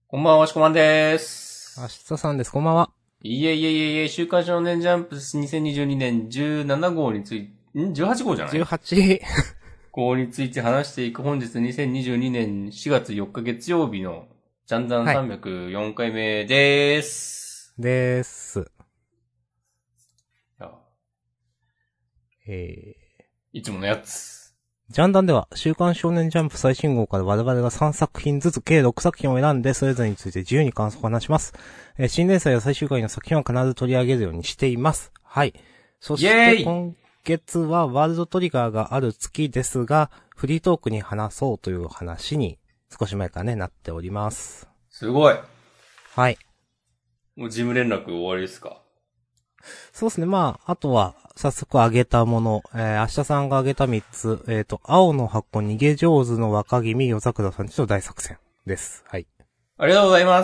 こんばんは、しこまんでーす。 明日さんです。こんばんは。 いえいえいえいえ、週刊少年ジャンプ2022年17号について、18号じゃない 18。 号について話していく本日2022年4月4日月曜日のジャンダンはい。 304回目でーす。 でーす。 いやえいつものやつ。 ジャンダンでは、週刊少年ジャンプ最新号から我々が3作品ずつ計6作品を選んで、それぞれについて自由に感想を話します。新連載や最終回の作品は必ず取り上げるようにしています。はい。そしイェーイて今月はワールドトリガーがある月ですが、フリートークに話そうという話に少し前からね、なっております。 すごい。 はい。 もう事務連絡終わりですか？ そうですね。まあ、あとは、早速挙げたもの、明日さんが挙げた3つ、青の箱、逃げ上手の若君、夜桜さんちと大作戦です。はい。 ありがとうございます。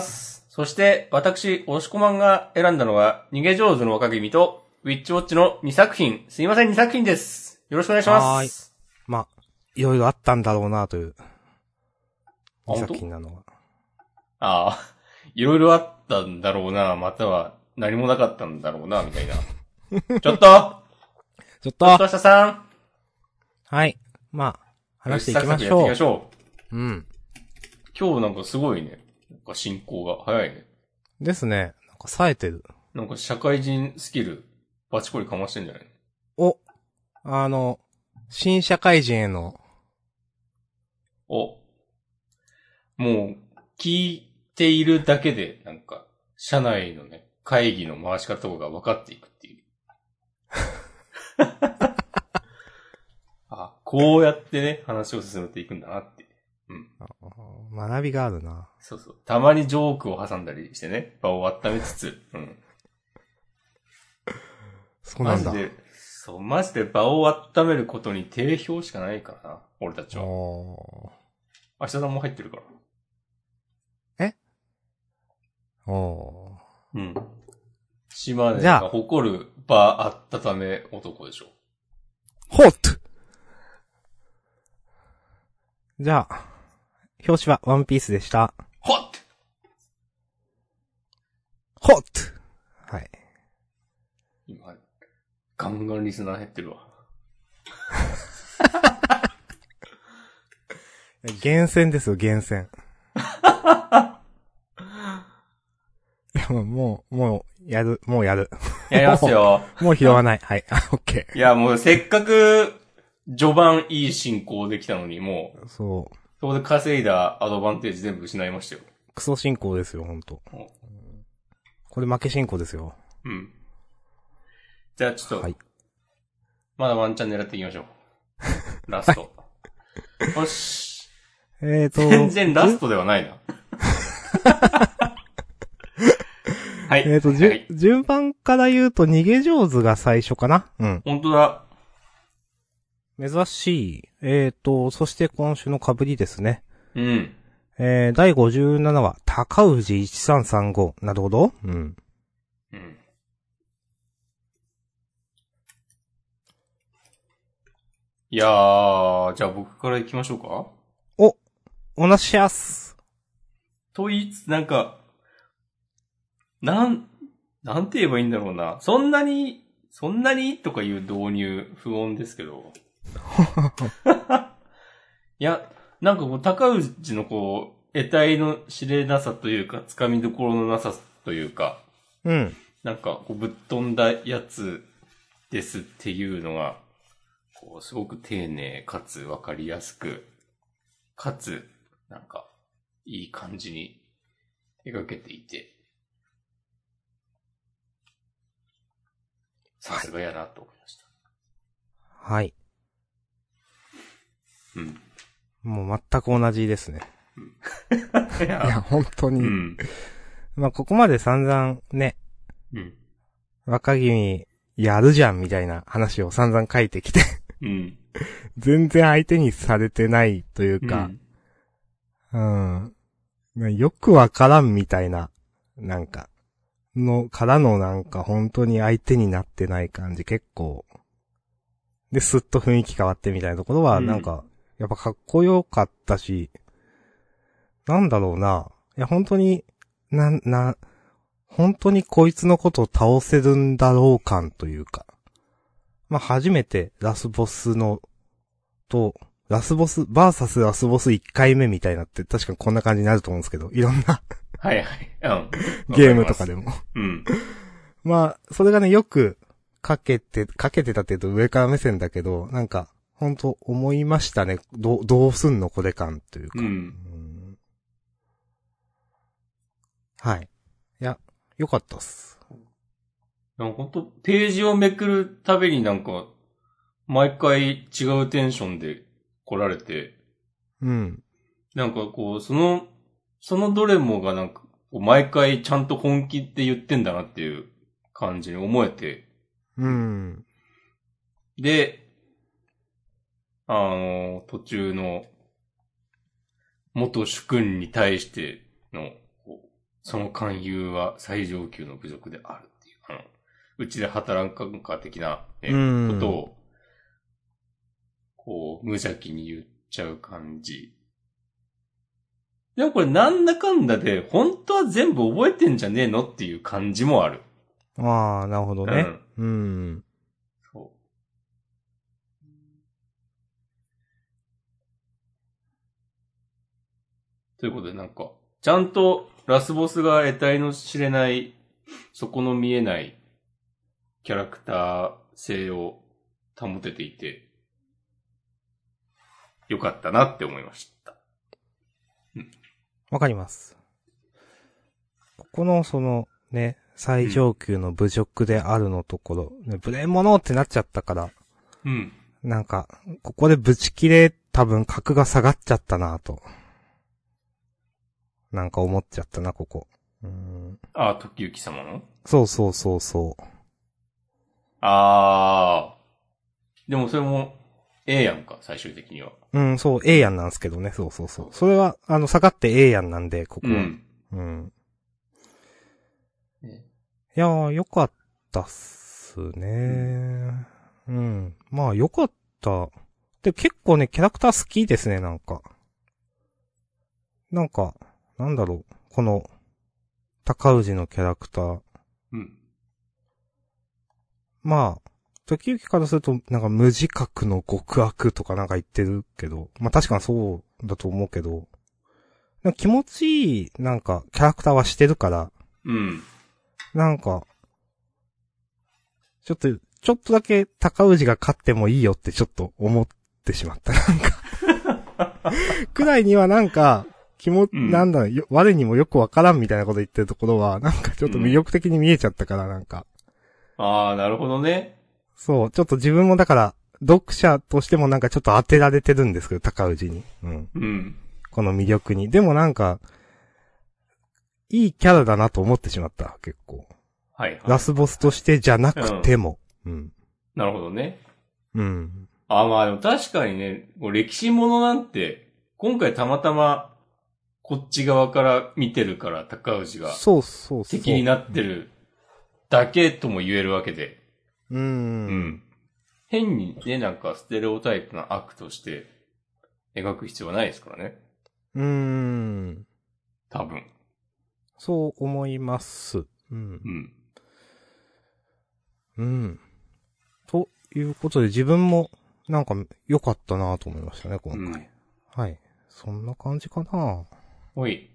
そして、私、押しこまんが選んだのは、逃げ上手の若君と、ウィッチウォッチの2作品。すいません、2作品です。よろしくお願いしまはーい。 す。 まあ、いろいろあったんだろうなという、2 本当？ 作品なのが。 ああ、いろいろあったんだろうな、または何もなかったんだろうな、みたいな。ちょっとちょっと、 明日さんはい。まあ、話していきましサクサクやっていきょましょう。 う。うん。 今日なんかすごいね。なんか進行が早いね。 ですね。なんか冴えてる。 なんか社会人スキル、バチコリかましてんじゃないお、新社会人への、 お、もう、聞いているだけで、なんか、社内のね、会議の回し方とかが分かっていくっていう。あ、こうやってね、話を進めていくんだなって。うん。 学びがあるな。 そうそう。たまにジョークを挟んだりしてね、場を温めつつ、うん。 そうなんだ。 マジで、そう、マジで場を温めることに定評しかないからな、俺たちは。 お明日さんも入ってるから。 ー。おうん。島根じゃあ、 が誇る場温め男でしょ。 ホットじゃあ、表紙はワンピースでした。 ホッホットはい。 今、ガンガンリスナー減ってるわ。 厳選ですよ、厳選。いや、もう、やる。 やりますよ。 もう拾わない。はい。オッケいや、もうせっかく、序盤いい進行できたのに、もう、 ー。そう。 そこで稼いだアドバンテージ全部失いましたよ。 クソ進行ですよ、ほんと。これ負け進行ですよ。 うん。じゃあちょっと、 はい。 まだワンチャン狙っていきましょう。ラスト。よし。全然ラストではないな。はい。はい。 順番から言うと逃げ上手が最初かなうん。 本当だ。 珍しい。そして今週の被りですね。 うん。 第57話、高氏1335。なるほど。うん。 うん。いやー、じゃあ僕から行きましょうか。 おなしやす。 と言いつつ、なんか、なんて言えばいいんだろうな。そんなにとかいう導入不穏ですけど。いや、なんかこう、高氏のこう、得体の知れなさというか、掴みどころのなさというか、 うん。 なんかこう、ぶっ飛んだやつですっていうのが、こう、すごく丁寧かつわかりやすく、かつ、なんか、いい感じに描けていて、さすがやなと思いました。 はい。 うん。 もう全く同じですね。 いいや、本当に。 うん。 まあ、ここまで散々ね、 うん。 若君やるじゃんみたいな話を散々書いてきてうん。 全然相手にされてないというか、 うん。 よくわからんみたいな、なんか、からのなんか本当に相手になってない感じ結構、で、スッと雰囲気変わってみたいなところは、なんか、やっぱかっこよかったし、なんだろうな。 いや、本当に、本当にこいつのことを倒せるんだろう感というか。まあ、初めてラスボスバーサスラスボス1回目みたいなって確かこんな感じになると思うんですけど、いろんなはいはい。 ゲームとかでも。 うん。 まあ、それがね、よくかけてたって言うと上から目線だけど、なんか、ほんと思いましたね。どうすんのこれ感というか。はい。いや、よかったっす。 なんかほんと、ページをめくるたびになんか、毎回違うテンションで来られて、 うん。 なんかこう、そのどれもがなんか、毎回ちゃんと本気って言ってんだなっていう感じに思えて。 うん。 で、途中の、元主君に対しての、その勧誘は最上級の侮辱であるっていう、うちで働かんか的な、ね、ことを、こう、無邪気に言っちゃう感じ。でもこれなんだかんだで、本当は全部覚えてんじゃねえのっていう感じもある。 ああ、なるほどね。うん。 そう。ということでなんか、ちゃんとラスボスが得体の知れない、底の見えないキャラクター性を保てていて、よかったなって思いました。 わかります。ここのそのね、最上級の侮辱であるのところ、ね、無礼者ってなっちゃったから、 うん。 なんか、ここでブチ切れ多分格が下がっちゃったなと。なんか思っちゃったな、ここ。 ああ、時行様の？ そうそうそうそう。 ああ。でもそれも、ええやんか、最終的には。 うん、そう、ええやんなんですけどね、そうそうそう。それは、下がってええやんなんで、ここは。うん。いやー、よかったっすね。うん。まあ、よかった。で、結構ね、キャラクター好きですね、なんか。なんか、なんだろう。この、高氏のキャラクター。 うん。 まあ、時々からすると、なんか無自覚の極悪とかなんか言ってるけど、まあ確かにそうだと思うけど、なんか気持ちいい、なんか、キャラクターはしてるから、 うん。 なんか、ちょっとだけ高氏が勝ってもいいよってちょっと思ってしまった。なんかくらいにはなんか、なんだ、我にもよくわからんみたいなこと言ってるところは、なんかちょっと魅力的に見えちゃったから、なんか。 ああ、なるほどね。 そう、ちょっと自分もだから、読者としてもなんかちょっと当てられてるんですけど、高氏に。うん。 うん。 この魅力に。でもなんか、いいキャラだなと思ってしまった、結構。 はい、はい。 ラスボスとしてじゃなくても。うん。 なるほどね。 うん。 まあでも確かにね、歴史ものなんて、今回たまたま、こっち側から見てるから、高氏が。 そうそうそう。 敵になってるだけとも言えるわけで。 うん。 変にね、なんかステレオタイプな悪として描く必要はないですからね。多分。 そう思います。うん。うん。ということで自分もなんか良かったなと思いましたね、今回。はい。そんな感じかな。 おい。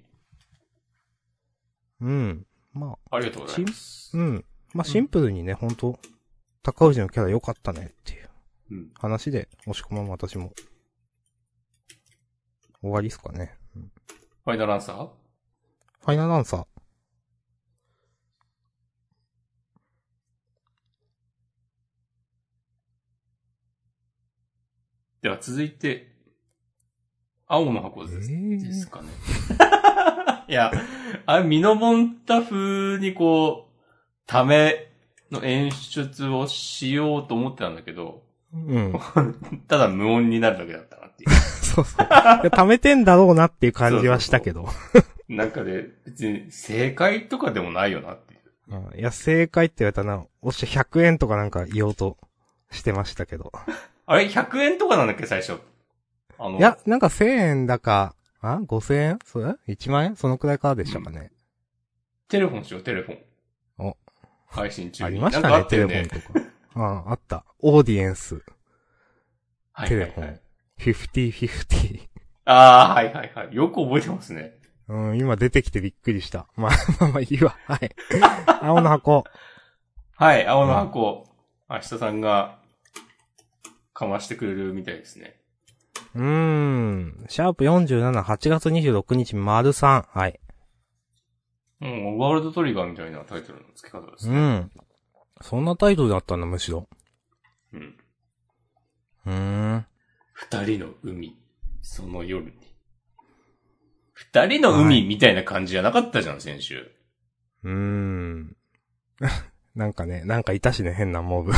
うん。まあ。 ありがとうございます。 まあシンプルにね、本当高氏のキャラ良かったねっていう話で、もしくは私も終わりっすかね。 ファイナルアンサー？ ファイナルアンサー。 では続いて、青の箱ですかね。いや、ミノモンタ風にこう、ための演出をしようと思ってたんだけど、ただ無音になるだけだったなっていう。 そうそう。貯めてんだろうなっていう感じはしたけど。 なんかで、別に正解とかでもないよなっていう。 いや、正解って言われたらおっしゃ100円とかなんか言おうとしてましたけど。 あれ ?100 円とかなんだっけ、最初。 いや、なんか1000円だか、 あ ?5000 円それ ?1 万円そのくらいからでしたかね。 テレフォンしよう、テレフォン。 お。 配信中に。 ありましたね、 なんかあったよテレフォンとか。あった。オーディエンス。 はいテレフォン。 はいはい。 50-50。 ああ、はいはいはい。よく覚えてますね。 うん、今出てきてびっくりした。まあいいわ。はい。青の箱。 はい、青の箱。明日さんが、かましてくれるみたいですね。 シャープ47、8月26日、丸3。はい。 ワールドトリガーみたいなタイトルの付け方ですね。 うん。そんなタイトルだったんだ、むしろ。 二人の海、その夜に。二人の海みたいな感じじゃなかったじゃん、先週。 なんかね、なんかいたしね、変なモブ。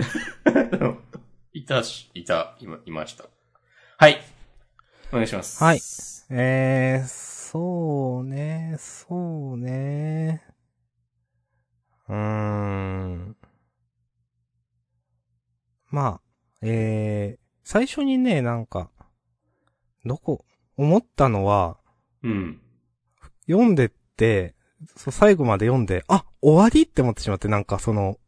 いました。はい。お願いします。 はい。そうね。まあ、最初にね、なんか、思ったのは、読んでって、最後まで読んで、あ、終わりって思ってしまって、なんかその、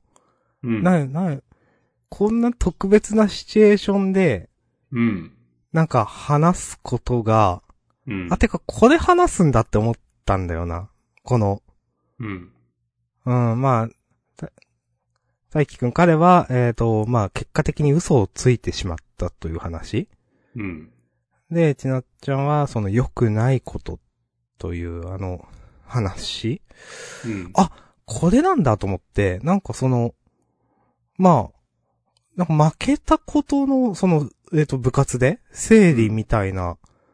こんな特別なシチュエーションで、なんか話すことが、てかこれ話すんだって思ったんだよな。この、まあ、大輝くん彼は、まあ結果的に嘘をついてしまったという話。で、ちなっちゃんはその良くないことという話。あ、これなんだと思って、なんかその、まあ、なんか負けたことの、その、部活で、生理みたいな、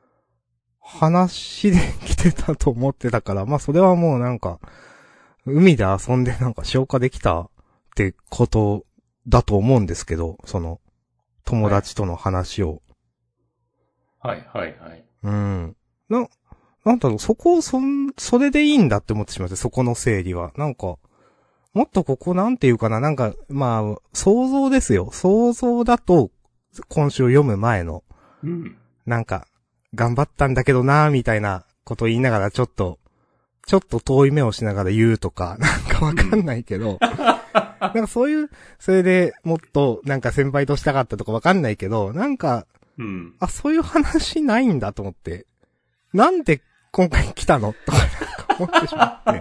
話で来てたと思ってたから、まあそれはもうなんか、海で遊んでなんか消化できたってことだと思うんですけど、その、友達との話を。 はいはいはい。 なんだろう、それでいいんだって思ってしまって、そこの整理は。なんか、もっとここなんていうかな、なんか、まあ、想像ですよ。想像だと、今週読む前の、なんか、頑張ったんだけどなーみたいなことを言いながらちょっと遠い目をしながら言うとか、なんかわかんないけど、なんかそういう、それでもっとなんか先輩としたかったとかわかんないけど、なんか、あ、そういう話ないんだと思って、なんで今回来たのとかなんか思ってしまって。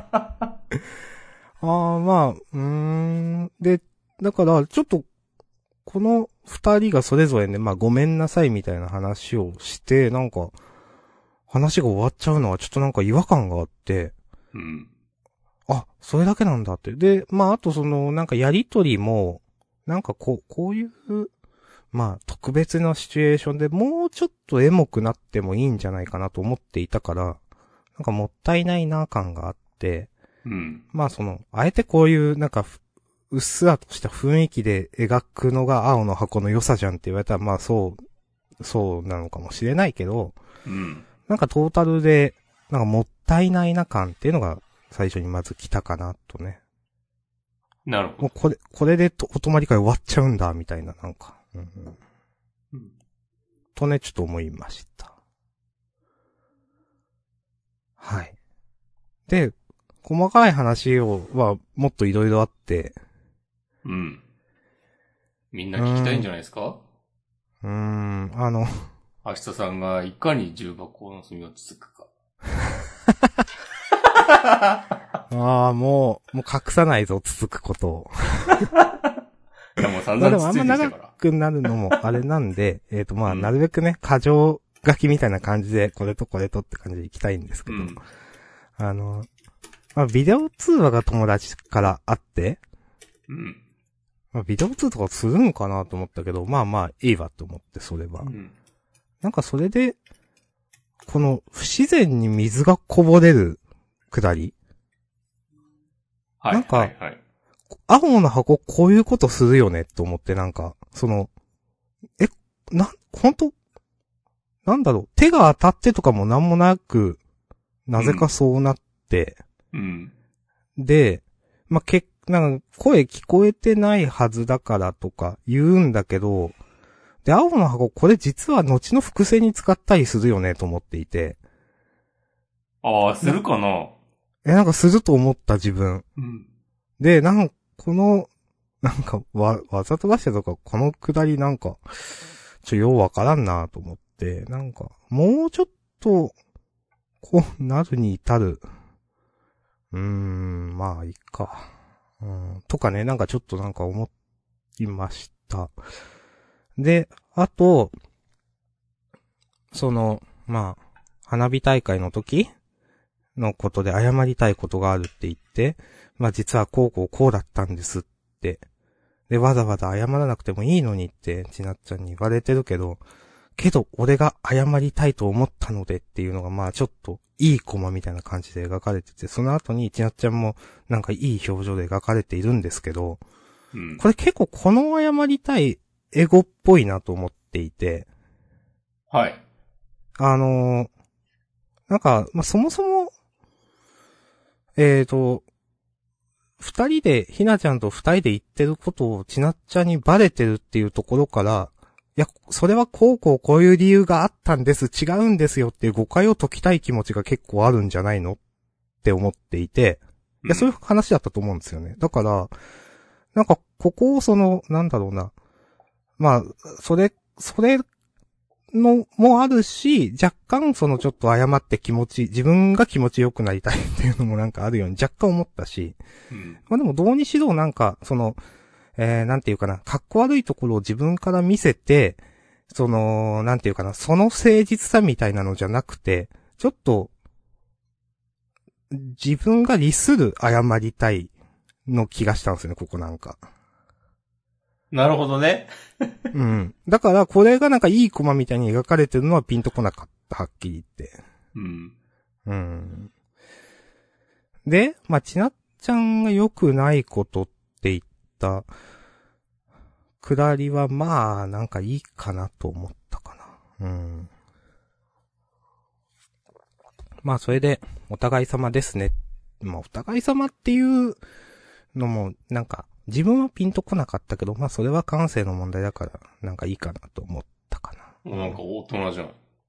まあ、で、だからちょっと、この二人がそれぞれね、まあごめんなさいみたいな話をして、なんか、話が終わっちゃうのはちょっとなんか違和感があって、あ、それだけなんだって。で、まああとその、なんかやりとりも、なんかこういう、まあ特別なシチュエーションでもうちょっとエモくなってもいいんじゃないかなと思っていたから、なんかもったいないな感があって、まあその、あえてこういうなんか、うっすらとした雰囲気で描くのが青の箱の良さじゃんって言われたら、まあそうなのかもしれないけど、なんかトータルで、なんかもったいないな感っていうのが最初にまず来たかなとね。 なるほど。 もうこれでお泊まり会終わっちゃうんだ、みたいな、なんか。とね、ちょっと思いました。はい。で、細かい話はもっといろいろあって、 みんな聞きたいんじゃないですか？明日さんがいかに重箱の隅をつつくか。 もう隠さないぞ、つつくことを。 いやもう散々つついてきたから。 でもあんま長くなるのもあれなんで、まあなるべくね、過剰書きみたいな感じで、これとこれとって感じでいきたいんですけど、まあビデオ通話が友達からあって、まあビデオ通話とかするんかなと思ったけど、まあまあいいわと思って、それは。なんかそれで、この不自然に水がこぼれるくだり。なんか、青の箱こういうことするよねと思って、なんか、その、本当なんだろう、手が当たってとかもなんもなく、なぜかそうなって、で、まあ、なんか声聞こえてないはずだからとか言うんだけど、で、青の箱これ実は後の伏線に使ったりするよねと思っていて、 ああ、するかな。 なんかすると思った自分。 うん。 で、なんか、わざとらしさとか、このくだりなんか、ようわからんなと思って、なんか、もうちょっと、こうなるに至る。まあ、いいか。とかね、なんかちょっとなんか思いました。で、あと、まあ、花火大会の時のことで謝りたいことがあるって言って、まあ実はこうだったんですって。で、わざわざ謝らなくてもいいのにって、ちなっちゃんに言われてるけど、俺が謝りたいと思ったのでっていうのがまあちょっといいコマみたいな感じで描かれてて、その後にちなっちゃんもなんかいい表情で描かれているんですけど、 うん。 これ結構この謝りたいエゴっぽいなと思っていて、 はい。 なんか、まあ、そもそも、ひなちゃんと二人で言ってることをちなっちゃんにバレてるっていうところから、いや、それはこういう理由があったんです、違うんですよっていう誤解を解きたい気持ちが結構あるんじゃないのって思っていて、いや、そういう話だったと思うんですよね。だから、なんか、ここをなんだろうな。まあ、それのもあるし、若干ちょっと謝って自分が気持ちよくなりたいっていうのもなんかあるように若干思ったし、 うん。 まあでもどうにしろなんか、なんていうかな、かっこ悪いところを自分から見せて、なんていうかな、その誠実さみたいなのじゃなくて、ちょっと、自分が利する謝りたいの気がしたんですよね、ここなんか。 なるほどね。 うん。だから、これがなんかいいコマみたいに描かれてるのはピンとこなかった、はっきり言って。 うん。 うん。で、まあ、ちなっちゃんが良くないことって言ったくだりは、まあ、なんかいいかなと思ったかな。うん。まあ、それで、お互い様ですね。まあ、お互い様っていうのも、なんか、自分はピンとこなかったけど、まあ、それは感性の問題だから、なんかいいかなと思ったかな。 もうなんか大人じゃん。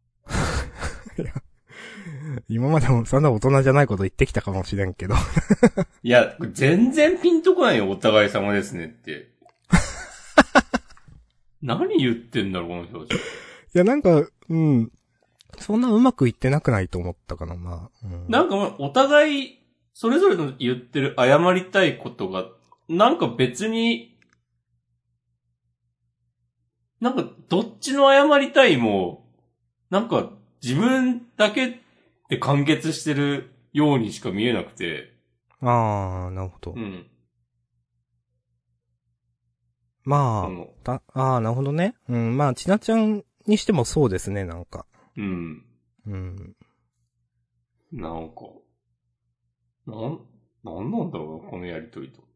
今までもそんな大人じゃないこと言ってきたかもしれんけど。 いや、全然ピンとこないよ、お互い様ですねって。何言ってんだろう、この表情。 いや、なんか、うん。そんなうまくいってなくないと思ったかな、まあ。うん、 なんかお互い、それぞれの言ってる謝りたいことが、なんか別に、なんかどっちの謝りたいも、なんか自分だけで完結してるようにしか見えなくて。 ああ、なるほど。 うん。 まあ、なるほどね。うん、まあ、ちなちゃんにしてもそうですね、なんか。 うん。 うん。 なんか、なんなんだろうな、このやりとりと。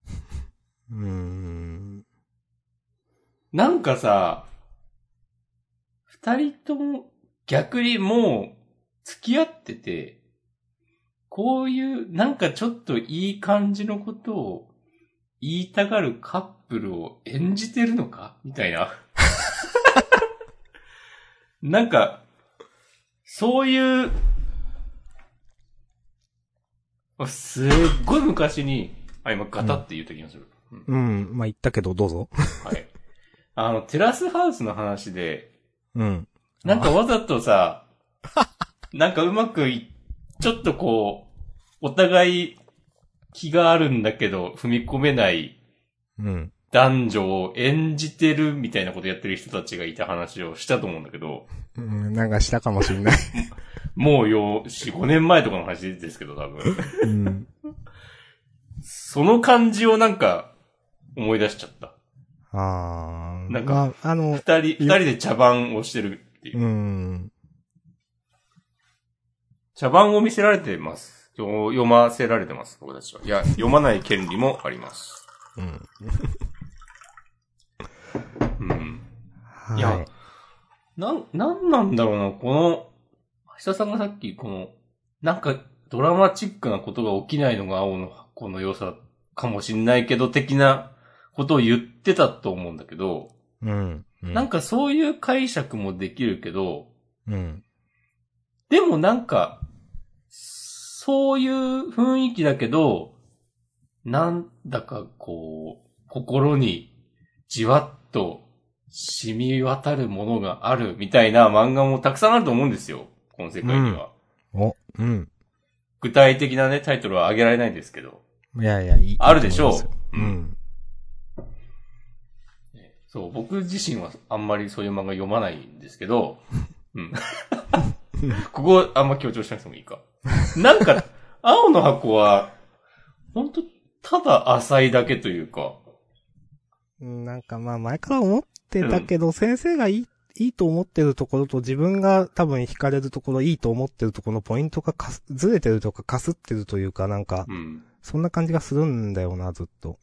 なんかさ、二人とも逆にもう付き合ってて、こういうなんかちょっといい感じのことを言いたがるカップルを演じてるのかみたいな。なんか、そういう、すっごい昔に、今ガタって言うときがする。 うん、まあ言ったけど、どうぞ。 はい。テラスハウスの話で、 うん。 なんかわざとさ、なんかうまくちょっとこう、お互い気があるんだけど、踏み込めない男女を演じてるみたいなことやってる人たちがいた話をしたと思うんだけど。 うん、なんかしたかもしれない。 もう4、5年前とかの話ですけど、多分。 うん、 その感じをなんか思い出しちゃった。なんか、 まあ、 二人で茶番をしてるっていう。茶番を見せられてます。読ませられてます、僕たちは。いや、読まない権利もあります。うん。いや、なんなんだろうな、この、橋田さんがさっきなんかドラマチックなことが起きないのが青の箱の良さかもしんないけど、的なことを言ってたと思うんだけど、なんかそういう解釈もできるけど、でもなんか、 そういう雰囲気だけど、なんだかこう、心にじわっと染み渡るものがあるみたいな漫画もたくさんあると思うんですよ。この世界には。 うん。 具体的なね、タイトルは挙げられないんですけど。 いやいや、いい。 あるでしょう。 うん。 そう、僕自身はあんまりそういう漫画読まないんですけど、うん。ここあんま強調しなくてもいいか。なんか、青の箱は、ほんと、ただ浅いだけというか。 なんかまあ前から思ってたけど、先生がいいと思ってるところと自分が多分惹かれるところ、いいと思ってるところのポイントがずれてるとかかすってるというかなんか、そんな感じがするんだよな、ずっと。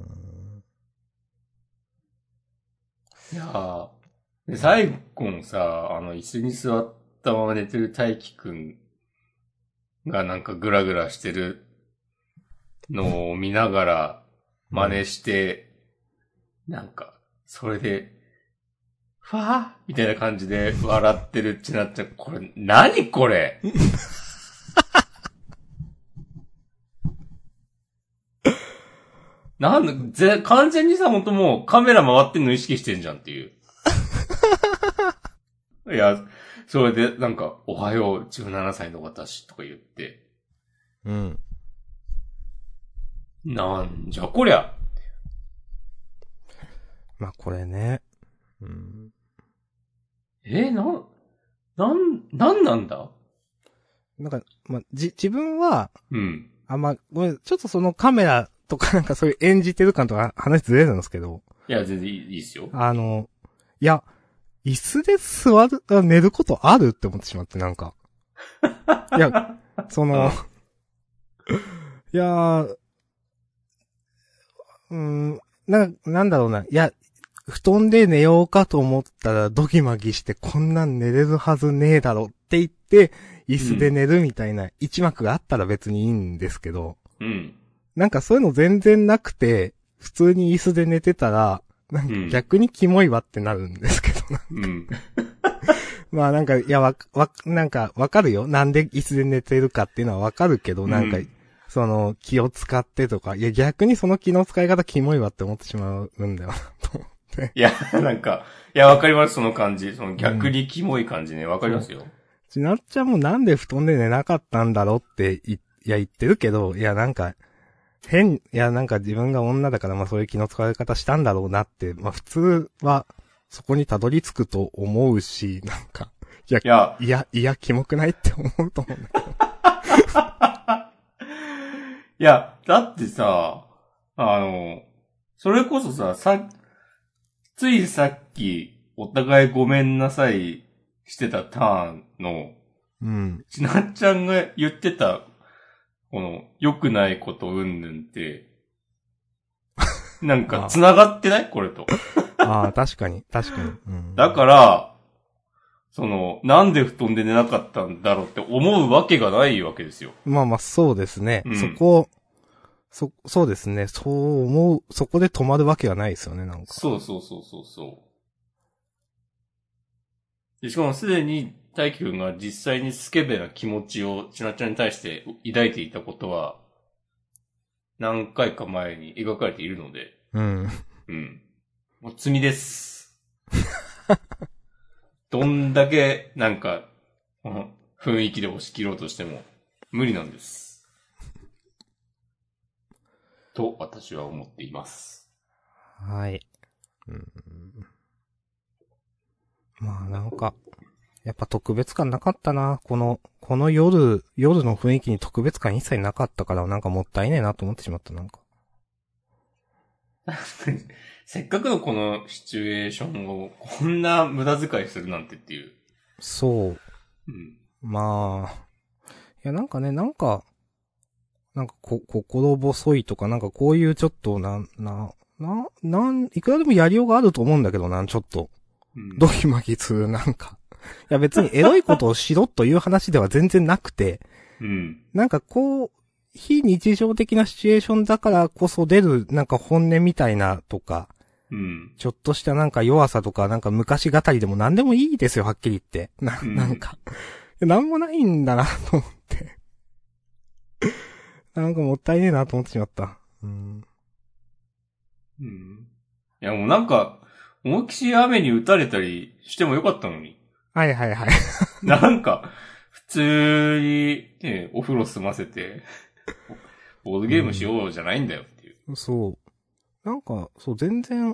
いやー、で最後のさ、椅子に座ったまま寝てる大輝くんがなんかグラグラしてるのを見ながら真似して、なんか、それで、ふわーみたいな感じで笑ってるってなっちゃう。これ、何これ完全にさ、ほんともうカメラ回ってんの意識してんじゃんっていう。いや、それでなんか、おはよう17歳の私とか言って。 うん。 なんじゃこりゃ。 まあこれね。うん。 なんなんだなんか、まあ、自分は、 うん。 ごめん、ちょっとそのカメラとかなんかそういう演じてる感とか話ずれるんですけど。 いや、全然いいですよ。 いや、椅子で寝ることあるって思ってしまって、なんか。いや、いやなんだろうな。いや、布団で寝ようかと思ったらドギマギしてこんなん寝れるはずねえだろって言って、椅子で寝るみたいな一幕があったら別にいいんですけど。 うん。 なんかそういうの全然なくて、普通に椅子で寝てたら、なんか逆にキモいわってなるんですけど、 うん。 まあなんか、いや、なんかわかるよ。なんで椅子で寝てるかっていうのはわかるけど、なんか、気を使ってとか、いや逆にその気の使い方キモいわって思ってしまうんだよな、と思って。 いや、なんか、いや、わかります、その感じ。その逆にキモい感じね、わかりますよ。 ちなっちゃんもなんで布団で寝なかったんだろうって言ってるけど、いやなんか、なんか自分が女だからまあそういう気の使い方したんだろうなって、まあ普通はそこにたどり着くと思うし、なんか、いや、キモくないって思うと思うんだけど。 いや、だってさ、それこそさ、ついさっき、お互いごめんなさいしてたターンの、ちなっちゃんが言ってた、この、良くないことうんぬんって、なんか繋がってないこれと。 ああ、確かに。 だから、なんで布団で寝なかったんだろうって思うわけがないわけですよ。 まあまあ、そうですね。そうですね。そう思う、そこで止まるわけはないですよね、なんか。 そう。でしかもすでに大輝くんが実際にスケベな気持ちをちなっちゃんに対して抱いていたことは、何回か前に描かれているので。 うん。 もう罪です。どんだけ、なんか、雰囲気で押し切ろうとしても、無理なんです。と、私は思っています。 はい。まあなんか、やっぱ特別感なかったな。この夜の雰囲気に特別感一切なかったから、なんかもったいねえなと思ってしまった、なんか。 せっかくのこのシチュエーションをこんな無駄遣いするなんてっていう。 そう。まあ。いやなんかね、心細いとか、なんかこういうちょっといくらでもやりようがあると思うんだけどな、ちょっと。ドキマキする、なんか。いや別にエロいことをしろという話では全然なくて、なんかこう、非日常的なシチュエーションだからこそ出る、なんか本音みたいなとか、ちょっとしたなんか弱さとか、なんか昔語りでも何でもいいですよ、はっきり言って。なんか、なんもないんだな、と思って。 なんかもったいねえなと思ってしまった。 うん。いやもうなんか、思いっきし雨に打たれたりしてもよかったのに。 はいはいはい。 なんか、普通に、ね、お風呂済ませて、ボードゲームしようじゃないんだよっていう。 そう。なんか、そう、全然、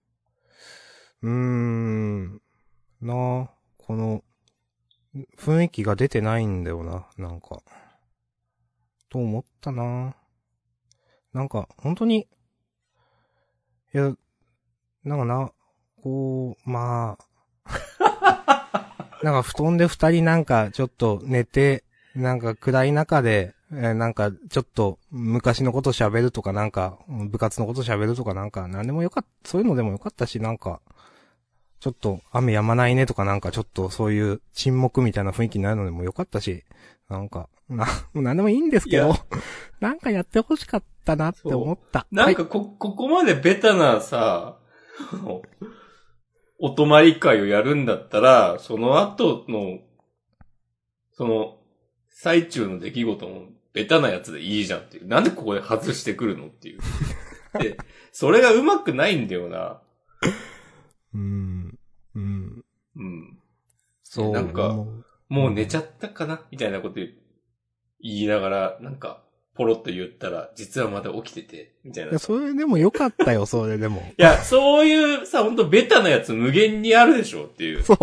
なあ、この、雰囲気が出てないんだよな、なんか。と思ったな。なんか、本当に、いや、なんかな、こう、まあ、なんか布団で二人なんかちょっと寝て、なんか暗い中で、なんかちょっと昔のこと喋るとかなんか、部活のこと喋るとかなんか、なんでもよかった、そういうのでもよかったし、なんか、ちょっと雨止まないねとかなんかちょっとそういう沈黙みたいな雰囲気になるのでもよかったし、なんか、もうなんでもいいんですけど、なんかやってほしかったなって思った。 なんかここまでベタなさ、お泊まり会をやるんだったら、その後の、その、最中の出来事もベタなやつでいいじゃんっていう。なんでここで外してくるのっていう。で、それがうまくないんだよな。 うん。そう。 なんか、もう寝ちゃったかなみたいなこと言いながら、なんか、ポロッと言ったら、実はまだ起きてて、みたいな。 いや、それでもよかったよ、それでも。 いや、そういうさ、ほんとベタなやつ無限にあるでしょっていう。 そう。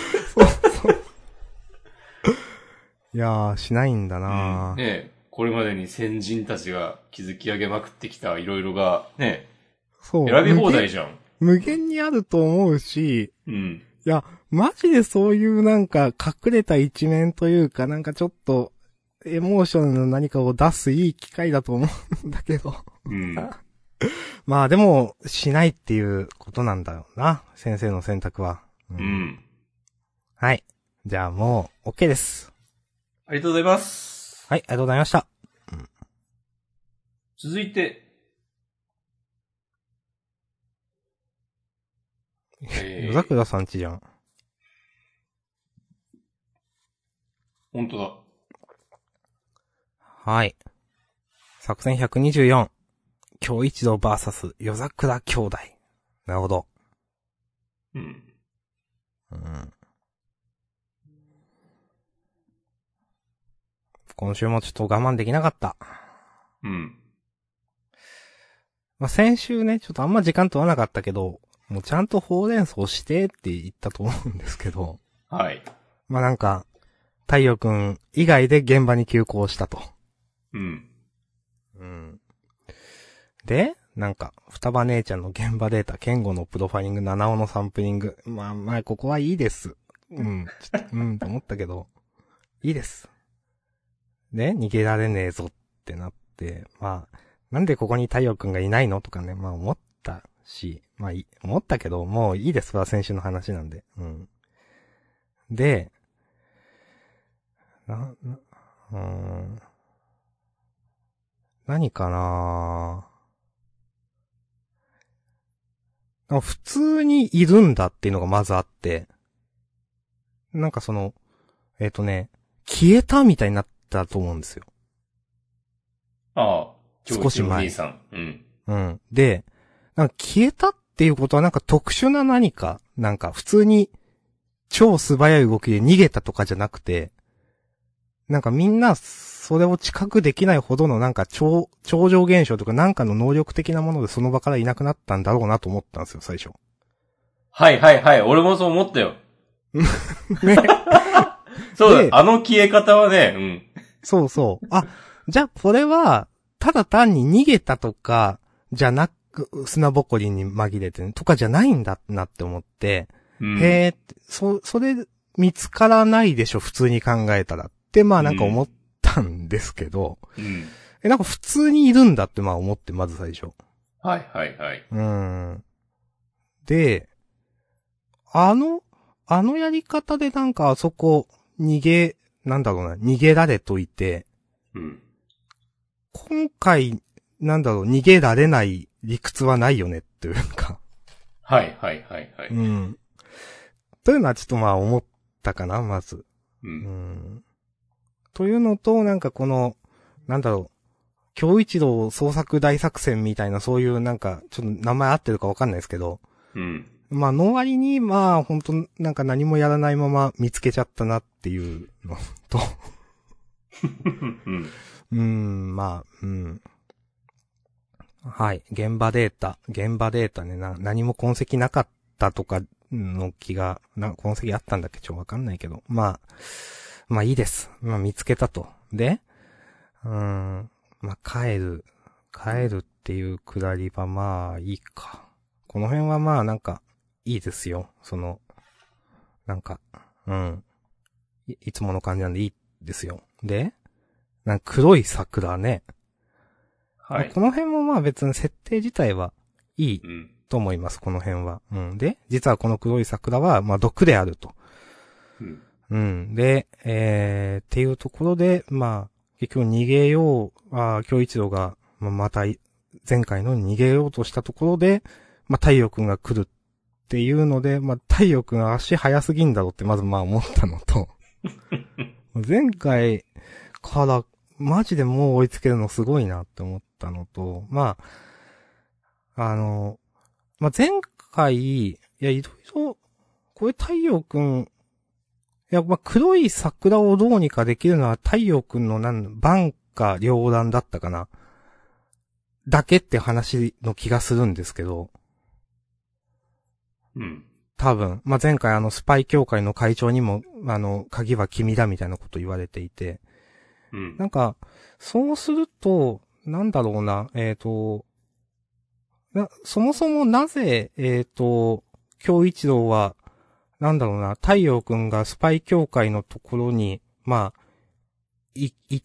いやー、しないんだな、 ねえ、これまでに先人たちが築き上げまくってきたいろいろが、ねそう。 選び放題じゃん。 無限にあると思うし、 うん。 いや、マジでそういうなんか隠れた一面というか、なんかちょっと、エモーションの何かを出すいい機会だと思うんだけど。 うん。 まあでも、しないっていうことなんだろうな。先生の選択は。 うん。 はい。じゃあもう、OK です。 ありがとうございます。 はい、ありがとうございました。 続いて、 夜桜さんちじゃん。 本当だ。 はい。作戦124。京一郎バーサス夜桜兄弟。なるほど。 うん。 今週もちょっと我慢できなかった。 うん。 まあ、先週ね、ちょっとあんま時間取らなかったけど、もうちゃんとほうれん草してって言ったと思うんですけど。 はい。 まあ、なんか、太陽くん以外で現場に急行したと。 うん。 で、なんか、双葉姉ちゃんの現場データ、ケンゴのプロファイリング、七尾のサンプリング。まあ、ここはいいです。と思ったけど、いいです。で、逃げられねえぞってなって、まあ、なんでここに太陽くんがいないのとかね、まあ思ったし、まあ思ったけど、もういいですわ、先週の話なんで。で、何かな普通にいるんだっていうのがまずあって、なんか消えたみたいになったと思うんですよ。 ああ、 少し前。 うん。 で、なんか消えたっていうことはなんか特殊な何か、なんか普通に超素早い動きで逃げたとかじゃなくて、なんかみんなそれを知覚できないほどのなんか超常現象とかなんかの能力的なものでその場からいなくなったんだろうなと思ったんですよ、最初。 はいはいはい。俺もそう思ったよ。 ね。 そうだ、あの消え方はね、うん。 そうそう。あ、じゃあこれは、ただ単に逃げたとか、じゃなく、砂ぼこりに紛れてね、とかじゃないんだなって思って、へー、それ見つからないでしょ、普通に考えたら。ってまあなんか思ったんですけど、なんか普通にいるんだってまあ思って、まず最初。 はいはいはい。 で、あのやり方でなんかあそこ逃げられといて、今回、逃げられない理屈はないよねっていうか。 はいはいはいはい。 というのはちょっとまあ思ったかな、まず。というのと、なんかこの、 京一郎創作大作戦みたいなそういうなんか、ちょっと名前合ってるかわかんないですけど、 うん。 まあ、の割に、まあ、本当なんか何もやらないまま見つけちゃったなっていうのと、 うん。 まあ、はい。現場データね、何も痕跡なかったとかの気が、痕跡あったんだっけちょっとわかんないけど。まあいいです。まあ見つけたと。で、まあ帰るっていうくだりはまあいいか。この辺はまあなんか、いいですよ。なんか、いつもの感じなんでいいですよ。で、黒い桜ね。 はい。 この辺もまあ別に設定自体はいいうん。 と思います、この辺は。で、実はこの黒い桜は、まあ毒であると。 うん。 で、っていうところで、まあ、結局逃げよう、京一郎が、また、前回の逃げようとしたところで、まあ太陽くんが来るっていうので、まあ太陽くんが足早すぎんだろうってまずまあ思ったのと、前回からマジでもう追いつけるのすごいなって思ったのと、まあ、まあ、前回、いや、いろいろ、これ太陽くん、いや、まあ、黒い桜をどうにかできるのは太陽くんの万か両断だったかな。だけって話の気がするんですけど、 うん。 多分、まあ、前回スパイ協会の会長にも、鍵は君だみたいなこと言われていて、 うん。 なんか、そうすると、なんだろうな、そもそもなぜ、京一郎は、なんだろうな、太陽くんがスパイ協会のところに、まあ、行って、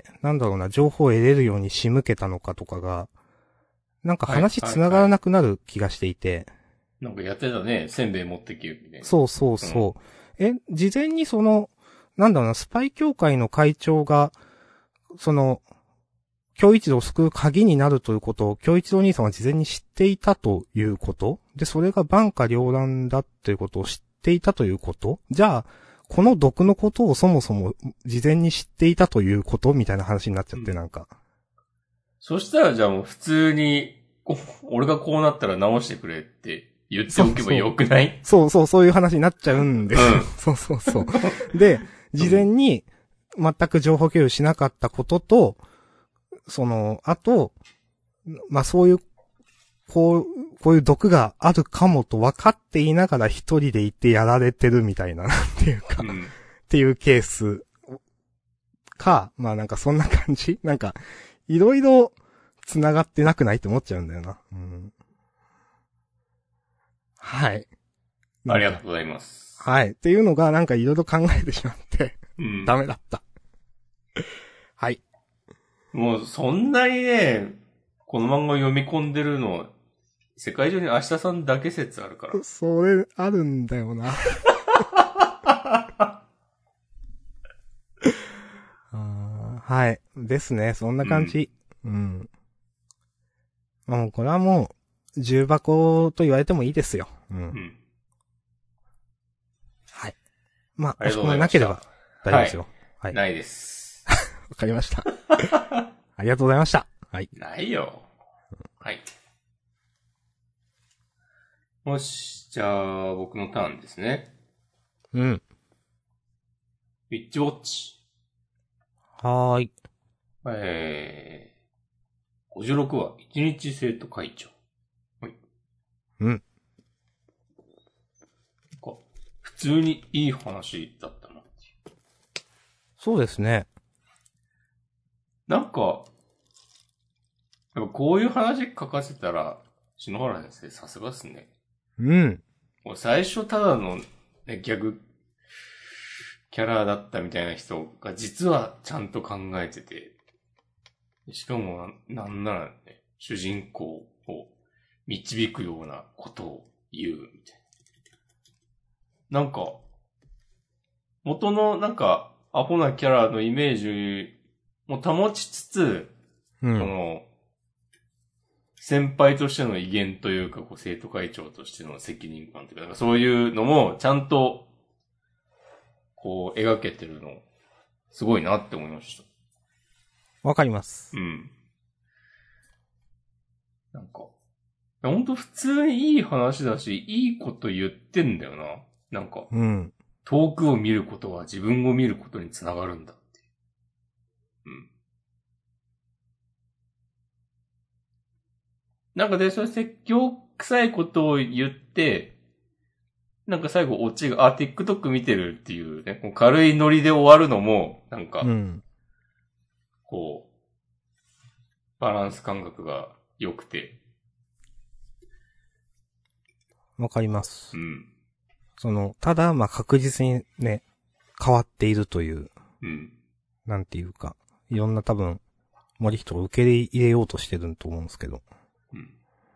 なんだろうな、情報を得れるように仕向けたのかとかが、なんかはい。 話はい。はい。 繋がらなくなる気がしていて。 なんかやってたね。せんべい持ってきるみたいな。 そうそううん。 そう。事前になんだろうな、スパイ協会の会長が、京一郎を救う鍵になるということを、京一郎兄さんは事前に知っていたということで、それが万か両断だということを知っていたということじゃあ、この毒のことをそもそも事前に知っていたということみたいな話になっちゃって、 うん。 なんか。 そしたらじゃあもう普通に、俺がこうなったら直してくれって言っておけばそうそう。 よくない？ そういう話になっちゃうんですよ。 うん。 そう。で、事前うん。 に全く情報共有しなかったことと、あと、まあ、そういうこういう毒があるかもと分かっていながら一人でいてやられてるみたいな、なんていうか、っうん。 ていうケースか、まあなんかそんな感じなんか、いろいろ繋がってなくないって思っちゃうんだよな。はい。なんか、 ありがとうございます。 はい。っていうのがなんかいろいろ考えてしまってうん。 ダメだった。はい。 もうそんなにね、この漫画読み込んでるの、世界中に明日さんだけ説あるから。 それ、あるんだよな。はい。ですね。そんなうん。 感じ。もうこれはもう、重箱と言われてもいいですよ。 うん。 はい。まあ、 ありがとうご押し込ざいました。 めなければ大丈夫はい。 ですよ。はい。 ないです。 わかりました。ありがとうございました。はい。 ないよ。はい。もし、じゃあ、僕のターンですね。 うん。 ウィッチウォッチ。 はーい。 56話、一日生徒会長。はい。 うん。 普通にいい話だったな。 そうですね。 なんか、やっぱこういう話書かせたら、篠原先生さすがっすね。 うん。 もう最初ただの、ね、ギャグキャラだったみたいな人が実はちゃんと考えてて、しかもなんならね、主人公を導くようなことを言うみたいな。なんか、元のなんかアホなキャラのイメージも保ちつつ、 うん。 その、先輩としての威厳というか、こう生徒会長としての責任感というか、なんかそういうのもちゃんと、こう描けてるの、すごいなって思いました。 わかります。 うん。 なんか、ほんと普通にいい話だし、いいこと言ってんだよな。なんか、 うん。 遠くを見ることは自分を見ることにつながるんだって。うん。なんかで、それ説教臭いことを言って、なんか最後オチが、TikTok 見てるっていうね、こう軽いノリで終わるのも、なんか、 うん。 こう、バランス感覚が良くて。 わかります。 うん。 ただ、まあ、確実にね、変わっているという、 うん。 なんていうか、いろんな多分、森人が受け入れようとしてると思うんですけど。 うん。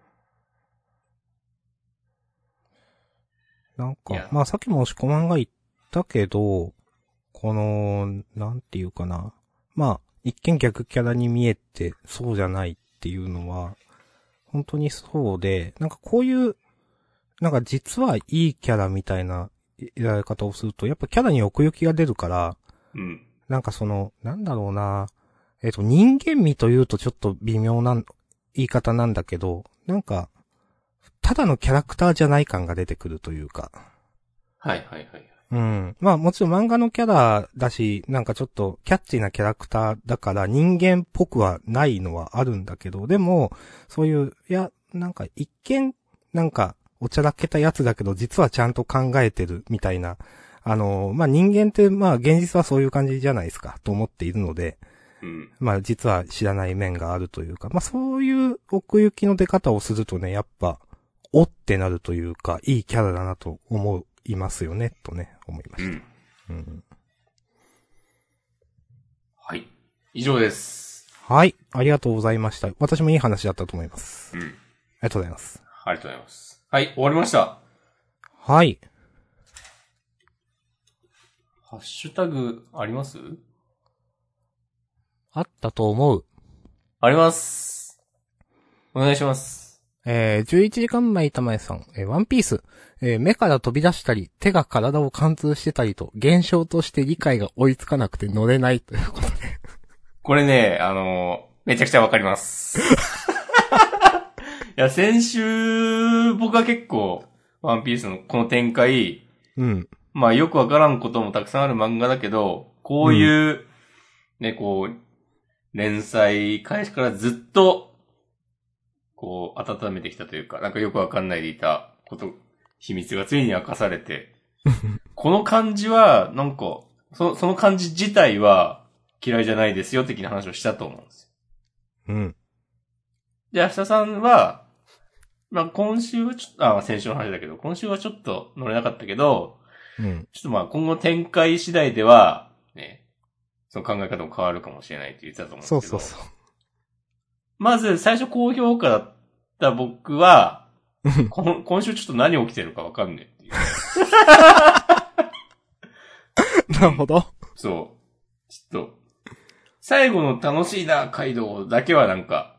なんか、まあさっきも押し込まんが言ったけど、なんていうかな。まあ、一見逆キャラに見えて、そうじゃないっていうのは、本当にそうで、なんかこういう、なんか実はいいキャラみたいなやり方をすると、やっぱキャラに奥行きが出るから、 うん。 なんかなんだろうな。人間味というとちょっと微妙な言い方なんだけど、なんか、ただのキャラクターじゃない感が出てくるというか。 はいはいはい。 うん。まあもちろん漫画のキャラだし、なんかちょっとキャッチーなキャラクターだから人間っぽくはないのはあるんだけど、でも、そういう、いや、なんか一見、なんかおちゃらけたやつだけど、実はちゃんと考えてるみたいな。まあ人間ってまあ現実はそういう感じじゃないですか、と思っているので、 うん。 まあ実は知らない面があるというか、まあそういう奥行きの出方をするとね、やっぱ、おってなるというか、いいキャラだなと思いますよね、とね、思いました。うん。 はい。以上です。 はい。ありがとうございました。私もいい話だったと思います。 うん。 ありがとうございます。 ありがとうございます。はい、終わりました。 はい。 ハッシュタグあります？ あったと思う。 あります。お願いします。 11時間前玉江さん、ワンピース、目から飛び出したり、手が体を貫通してたりと、現象として理解が追いつかなくて乗れないということで。 これね、めちゃくちゃわかります。いや、先週、僕は結構、ワンピースのこの展開、 うん。 まあよくわからんこともたくさんある漫画だけど、こういう、ね、こう、連載開始からずっと、こう、温めてきたというか、なんかよくわかんないでいたこと、秘密がついに明かされて、この感じは、なんか、その感じ自体は嫌いじゃないですよ、的な話をしたと思うんですよ。うん。 で、明日さんは、まあ今週はちょっと、先週の話だけど、今週はちょっと乗れなかったけど、 うん。 ちょっとまあ今後展開次第では、ね、その考え方も変わるかもしれないって言ってたと思うんですけど。 そう。 まず最初高評価だった僕は、今週ちょっと何起きてるかわかんねえっていう。 なるほど。 そう。ちょっと、最後の楽しいな、カイドウだけはなんか、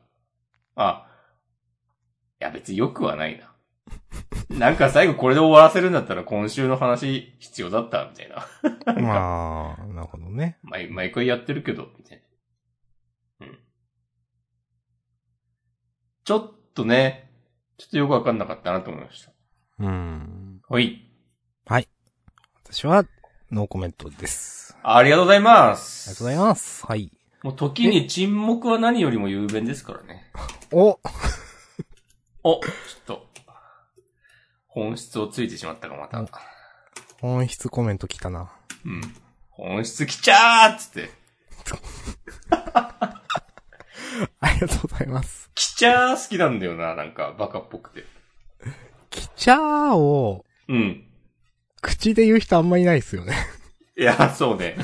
いや別に良くはないな。なんか最後これで終わらせるんだったら今週の話必要だったみたいな。 まあ、なるほどね。 毎回やってるけど、みたいな。うん。ちょっとね、ちょっとよくわかんなかったなと思いました。はい。 はい。私は、ノーコメントです。 ありがとうございます。 ありがとうございます。はい。 もう時に沈黙は何よりも雄弁ですからね。 ちょっと、本質をついてしまったか、また。 本質コメント来たな。 うん。本質来ちゃーっつって。 ありがとうございます。 来ちゃー好きなんだよな、なんか、バカっぽくて。 来ちゃーを、 うん。 口で言う人あんまいないですよね。 いや、そうね。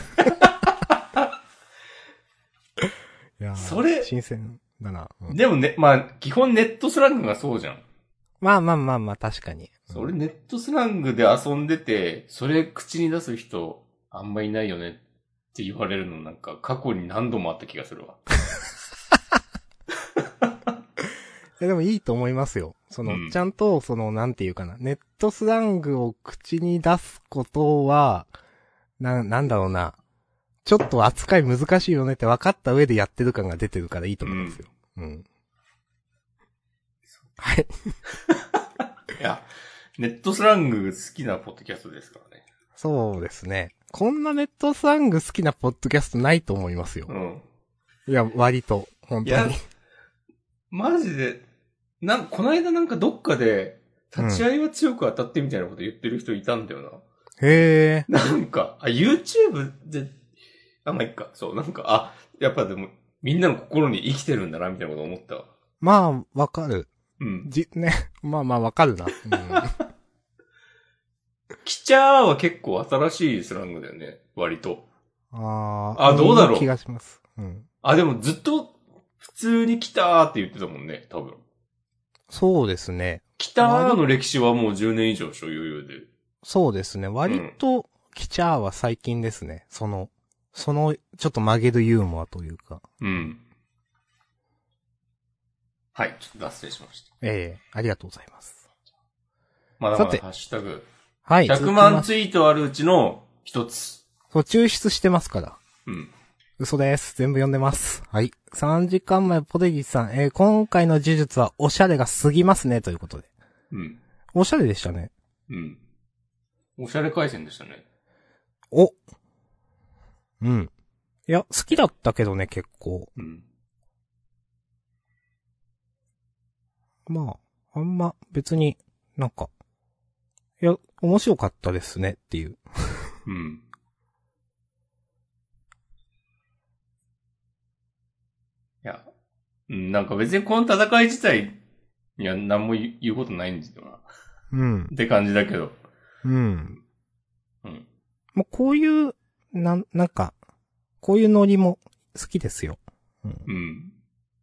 いやそれ、 新鮮だな。 うん、でもね、まあ、基本ネットスラングがそうじゃん。 まあ、確かに。 それネットスラングで遊んでて、それ口に出す人、あんまいないよねって言われるのなんか過去に何度もあった気がするわ。 でもいいと思いますよ。ちゃんと、なんていうかな、ネットスラングを口に出すことは、なんだろうな。ちょっと扱い難しいよねって分かった上でやってる感が出てるからいいと思いますよ。 はい。 いや、ネットスラング好きなポッドキャストですからね。 そうですね。こんなネットスラング好きなポッドキャストないと思いますよ。 うん。 いや、割と、本当に。 マジで、この間なんかどっかで、立ち会いは強く当たってみたいなこと言ってる人いたんだよな。 へえ。 なんか、YouTube で、まあ、いっか。そう、なんか、やっぱでも、みんなの心に生きてるんだな、みたいなこと思ったわ。 まあ、わかる。 うん。 ね。まあまあ、わかるな。うん、 きちゃーは結構新しいスラングだよね。割と。どうだろう。 気がします。うん。 でもずっと、普通に来たーって言ってたもんね、多分。 そうですね。 来たーの歴史はもう10年以上所有で。 そうですね。割と、キチャーは最近ですね。その、ちょっと曲げるユーモアというか。 うん。はい、ちょっと脱線しました。 ありがとうございます。 まだまだハッシュタグ。 はい。 100万ツイートあるうちの一つ。 そう、抽出してますから。 うん。 嘘です。全部読んでます。はい。3時間前、ポテギさん、今回の呪術はおしゃれが過ぎますね、ということで。 うん。 おしゃれでしたね。 うん。おしゃれ回線でしたね。 うん。いや、好きだったけどね、結構。 うん。 まあ、あんま、別に、なんか、いや、面白かったですね、っていう。 うん。いや、なんか別にこの戦い自体には何も言うことないんですよな。 うん。 って感じだけど。 うん。 うん。 もうこういう、なんか、こういうノリも好きですよ。 うん。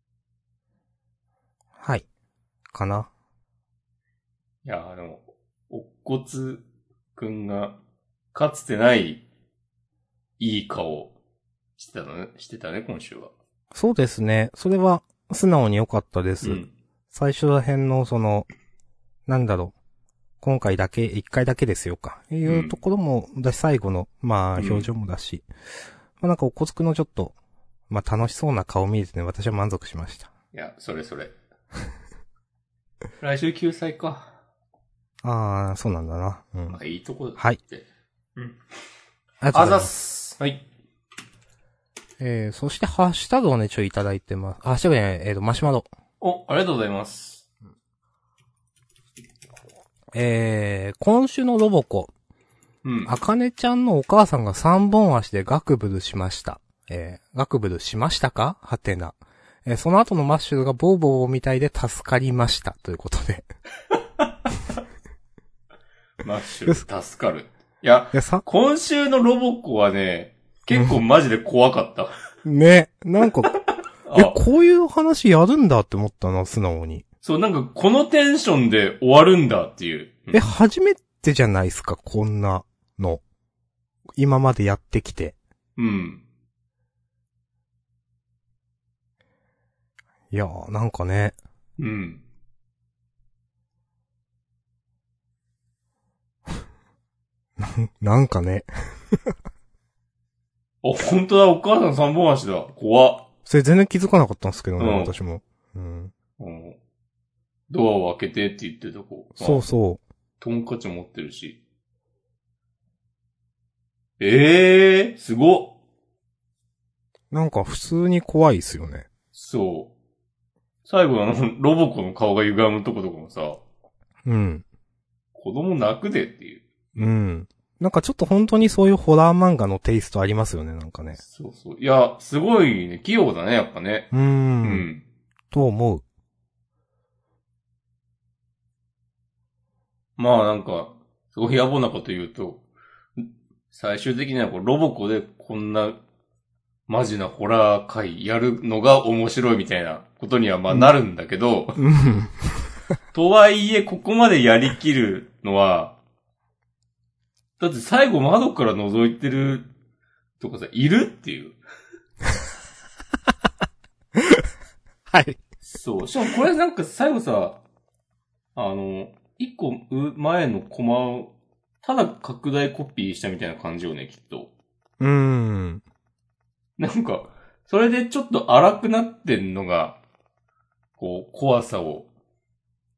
はい。かな。 いや、でも、おっこつくんが、かつてないいい顔してたね、今週は。 そうですね。それは、素直に良かったです。 うん。 最初ら辺のなんだろう。今回だけ、一回だけですよか。いうところも、だし最後の、まあ、表情もだし。まあなんか、おこつくのちょっと、まあ楽しそうな顔見れてね、私は満足しました。 いや、それ。来週救済か。 ああ、そうなんだな。うん。 まあ、いいとこだって。 はい。 うん。 ありがとうございます。 はい。 そしてハッシュタグをね、いただいてます。ハッシュタグね、マシュマロ。 ありがとうございます。 今週のロボコ。 うん。 あかねちゃんのお母さんが3本足でガクブルしました。ガクブルしましたかはてな。その後のマッシュルがボーボーみたいで助かりました。ということで。 マッシュル助かる。いや、今週のロボコはね、結構マジで怖かった。 ね、なんか、こういう話やるんだって思ったな、素直に。 そう、なんかこのテンションで終わるんだっていう。 初めてじゃないですか、こんなの。今までやってきて。 うん。 いやー、なんかね。 うん。 なんかね。 本当だ、お母さん三本足だ。怖っ。 それ全然気づかなかったんですけどね、私も。うん。 ドアを開けてって言ってた子。 そうそう。 トンカチ持ってるし。すごっ。 なんか普通に怖いっすよね。 そう。最後ロボコの顔が歪むとことかもさ。 うん。 子供泣くでっていう。 うん。なんかちょっと本当にそういうホラー漫画のテイストありますよね、なんかね。 そうそう。いや、すごいね、器用だね、やっぱね。うん。 と思う。 まあなんか、すごい野暮なこと言うと、最終的にはロボコでこんなマジなホラー回やるのが面白いみたいなことにはまあなるんだけど、とはいえここまでやりきるのは、だって最後窓から覗いてるとかさ、いるっていう。 はい。 そう。しかもこれなんか最後さ、一個前のコマを、ただ拡大コピーしたみたいな感じよね、きっと。なんか、それでちょっと荒くなってんのが、こう、怖さを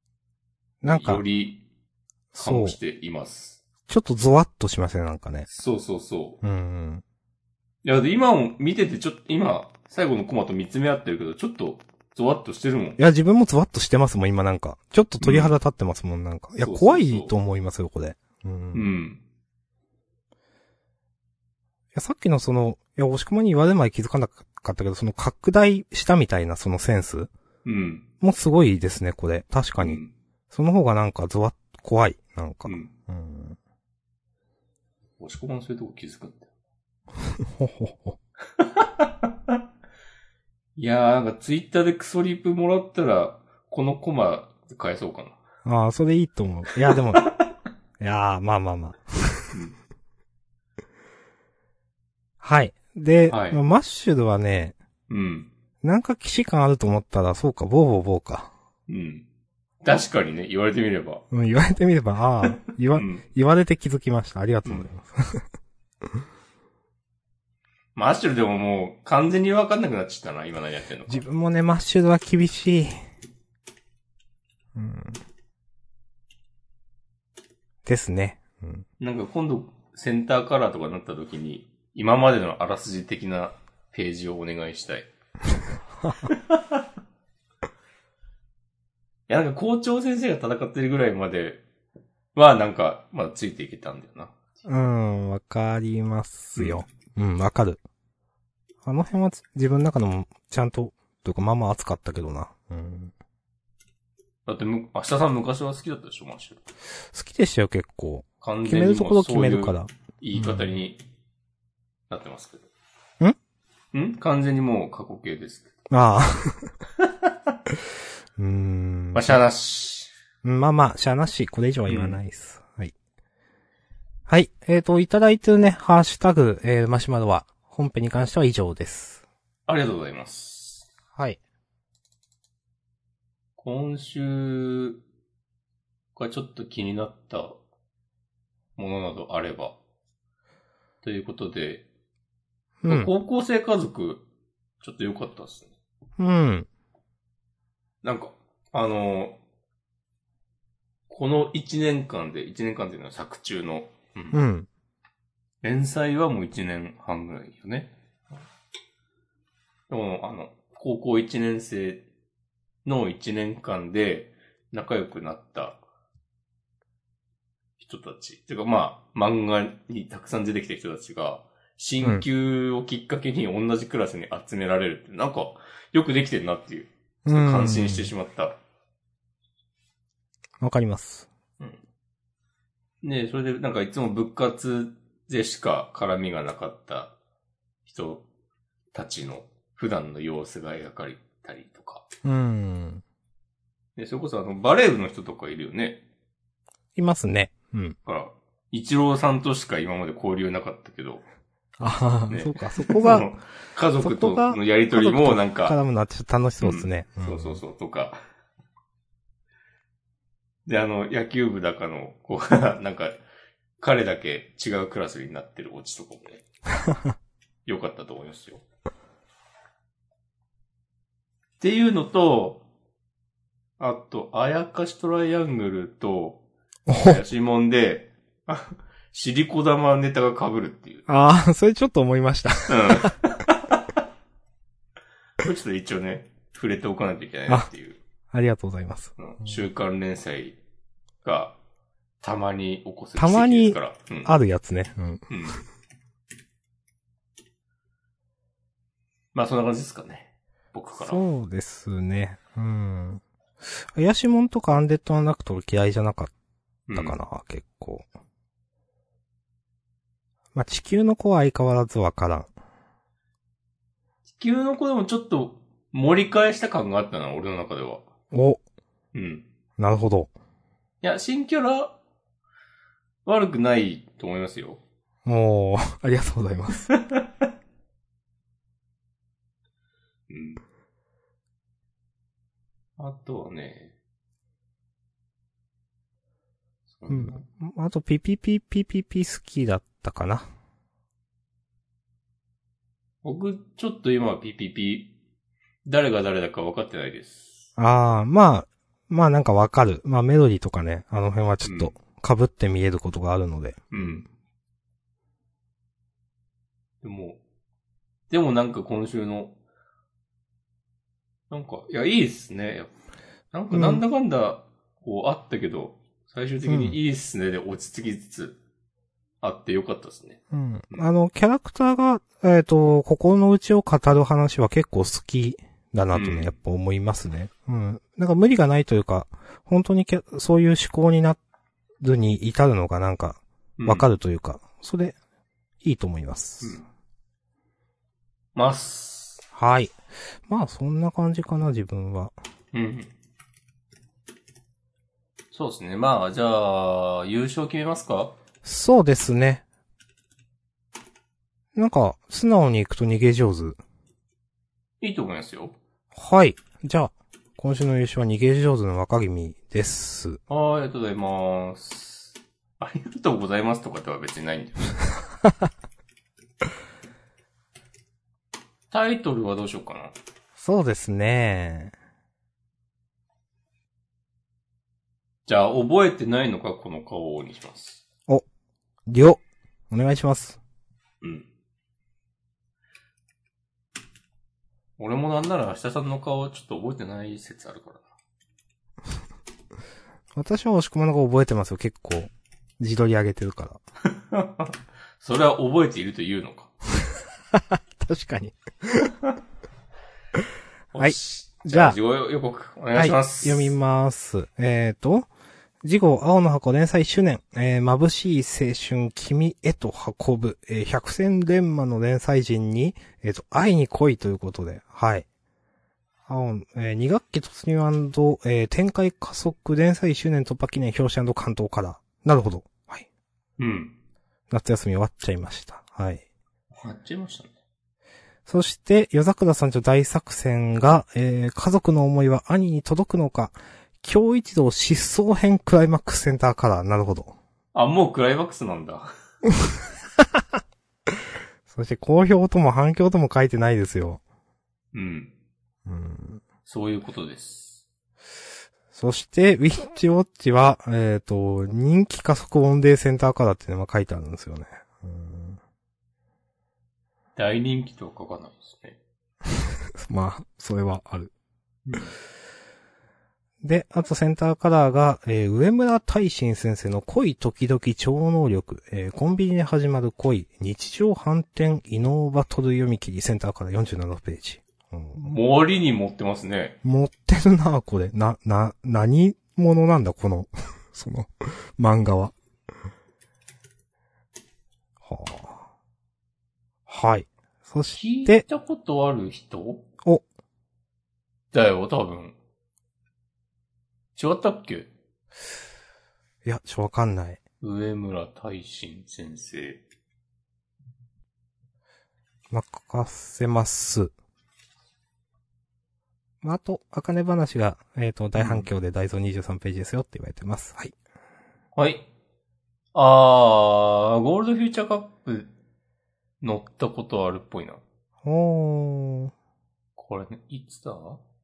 なんかよ、り、 そう。 醸しています。 ちょっとゾワッとしません、なんかね。 そうそうそう。 うん。 いや、で、今を見ててちょっと、今、最後のコマと見つめ合ってるけど、ちょっと、ゾワッとしてるもん。 いや、自分もゾワッとしてますもん、今なんか。ちょっと鳥肌立ってますもん、なんか。いや、 そうそうそう怖いと思いますよ、これ。 うん。 いや、さっきのいや、押し込まに言われるまで気づかなかったけど、その拡大したみたいなそのセンスうん。 もすごいですね、これ。確かに。 うん。 その方がなんかゾワッ、怖い。なんか。 うん。 うん。 押し込まんそういうとこ気づくんだよ。 ほほほ。 いやー、なんかツイッターでクソリップもらったら、このコマ返そうかな。 ああ、それいいと思う。いや、でも、いやー、まあまあまあ。 うん、 はい。で、 はい。 まあマッシュルはね、 うん。 なんか既視感あると思ったら、そうか、ボーボーボーか。 うん。確かにね、言われてみれば。 うん、言われてみれば、ああ、 うん。 言われて気づきました。ありがとうございます。 まあ、アッシュルでももう完全にわかんなくなっちゃったな、今何やってんのか。 自分もね、マッシュルは厳しい。うん。ですね。うん。 なんか今度センターカラーとかになった時に、今までのあらすじ的なページをお願いしたい。いや、なんか校長先生が戦ってるぐらいまでは、なんか、まだついていけたんだよな。 うん、わかりますよ。うん、わかる。あの辺は自分の中でもちゃんと、というかまあまあ熱かったけどな。うん。 だって明日さん昔は好きだったでしょ、マッシュル。 好きでしたよ、結構。 完決めるところ決めるから。 言い方になってますけど。完全にもう過去形ですけど。 ああ。 まあ、しゃあなし。 まあまあ、しゃあなし、これ以上は言わないです。はい。はい。いただいてるね、ハッシュタグ、マシュマロは、本編に関しては以上です。 ありがとうございます。 はい。 今週がちょっと気になったものなどあれば。ということで、 うん。 高校生家族、ちょっと良かったですね。 うん。 なんか、この1年間で、1年間っていうのは作中の、 うん。 連載はもう1年半ぐらいよね。でも、高校1年生の1年間で仲良くなった人たち。てかまあ、漫画にたくさん出てきた人たちが、進級をきっかけに同じクラスに集められるって、なんか、よくできてるなっていう、ちょっと感心してしまった。 わかります。 うん。で、それでなんかいつも部活でしか絡みがなかった人たちの普段の様子が描かれたりとか。で、それこそバレー部の人とかいるよね。 いますね。うん。 だから、一郎さんとしか今まで交流なかったけど。 ああ、 ね、 そうか、そこが、 家族とのやりとりもなんか。 絡むのはちょっと楽しそうですね。 そうそうそう、とか。で、野球部だかの子が、なんか、彼だけ違うクラスになってるオチとかもね。よかったと思いますよ。っていうのと、あと、あやかしトライアングルと、ヤシモンで、シリコ玉ネタが被るっていう。 ああ、それちょっと思いました。 うん。これちょっと一応ね、触れておかないといけないなっていう。 ありがとうございます。 週刊連載がたまに起こす奇たま跡ですから。 にあるやつね。 まあそんな感じですかね。僕から。 そうですね。アヤシモンとかアンデッドアンラクト嫌いじゃなかったかな、結構。まあ、地球の子は相変わらずわからん。 地球の子でもちょっと盛り返した感があったな、俺の中では。 なるほど。 いや、新キャラ、悪くないと思いますよ。 ありがとうございます。 あとはね。 あと、ピピピピピピ好きだったかな。 僕、ちょっと今ピピピ、誰が誰だか分かってないです。 まあ、 まあなんかわかる。まあメロディーとかね、あの辺はちょっと被って見えることがあるので。 うん。でもなんか今週の、なんか、いや、いいっすね。なんかなんだかんだ、こうあったけど、最終的にいいっすねで落ち着きつつ、あってよかったですね。 うん。キャラクターが、心の内を語る話は結構好きだなとね、やっぱ思いますね。うん。なんか無理がないというか、本当にそういう思考になるに至るのがなんか、わかるというか、それ、いいと思います。はい。まあ、そんな感じかな、自分は。 うん。そうですね。まあ、じゃあ、優勝決めますか？ そうですね。なんか、素直に行くと逃げ上手。 いいと思いますよ。 はい。じゃあ、今週の優勝は逃げ上手の若君です。 ありがとうございます。ありがとうございますとかでは別にないんだよ。タイトルはどうしようかな。 そうですね。 じゃあ、覚えてないのかこの顔にします。 りょ、お願いします。 うん。俺もなんなら明日さんの顔ちょっと覚えてない説あるからな。 私は押し込まの子覚えてますよ、結構。自撮り上げてるから。 それは覚えているというのか。 確かに。 はい。じゃあ、事後予告お願いします。 はい、読みます。次号、青の箱連載1周年、眩しい青春、君へと運ぶ、百戦錬磨の連載人に、愛に恋ということで、はい。2学期突入&、展開加速連載1周年突破記念表紙関東カラー。なるほど。はい。 うん。 夏休み終わっちゃいました。はい。 終わっちゃいましたね。 そして、夜桜さんと大作戦が、家族の思いは兄に届くのか、京一郎失踪編クライマックスセンターカラー。なるほど。 あ、もうクライマックスなんだ。 そして、好評とも反響とも書いてないですよ。 うん。そういうことです。 そして、ウィッチウォッチは、人気加速オンデーセンターカラーっていうのが書いてあるんですよね。 大人気とは書かないですね。 まあ、それはある。で、あとセンターカラーが、上村大臣先生の恋時々超能力、コンビニで始まる恋、日常反転イノーバトル読み切りセンターカラー47ページ。 森に持ってますね。 持ってるなこれ。何者なんだ、この、その、漫画は。はあ。はい。そして。 聞いたことある人お。 だよ、多分。違ったっけ？ いや、わかんない。 上村大臣先生。 任せます。あと、あかね話が、大反響で大蔵23ページですよって言われてます。はい。 はい。ゴールドフューチャーカップ乗ったことあるっぽいな。これね、いつだ？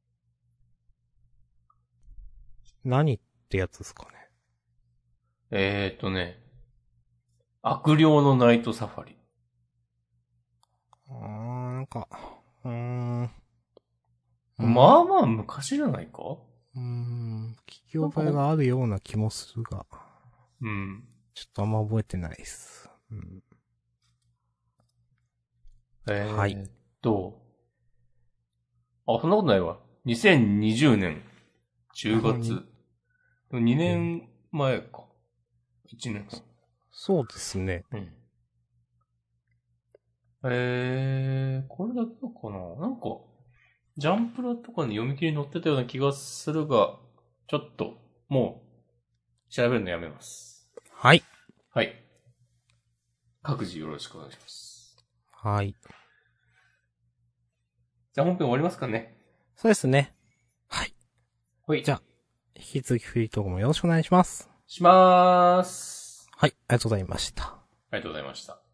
何ってやつですかね。悪霊のナイトサファリ。 なんか、 まあまあ昔じゃないか？ 聞き覚えがあるような気もするが。 うん。 ちょっとあんま覚えてないです。 はい。そんなことないわ。2020年10月。2年前か。1年。 そうですね。 これだけかな？なんか、ジャンプラとかに読み切り載ってたような気がするが、ちょっと、もう、調べるのやめます。 はい。 はい。各自よろしくお願いします。 はい。 じゃあ本編終わりますかね。 そうですね。はい。 はい。 じゃあ、引き続きフリートークもよろしくお願いします。 しまーす。 はい、ありがとうございました。 ありがとうございました。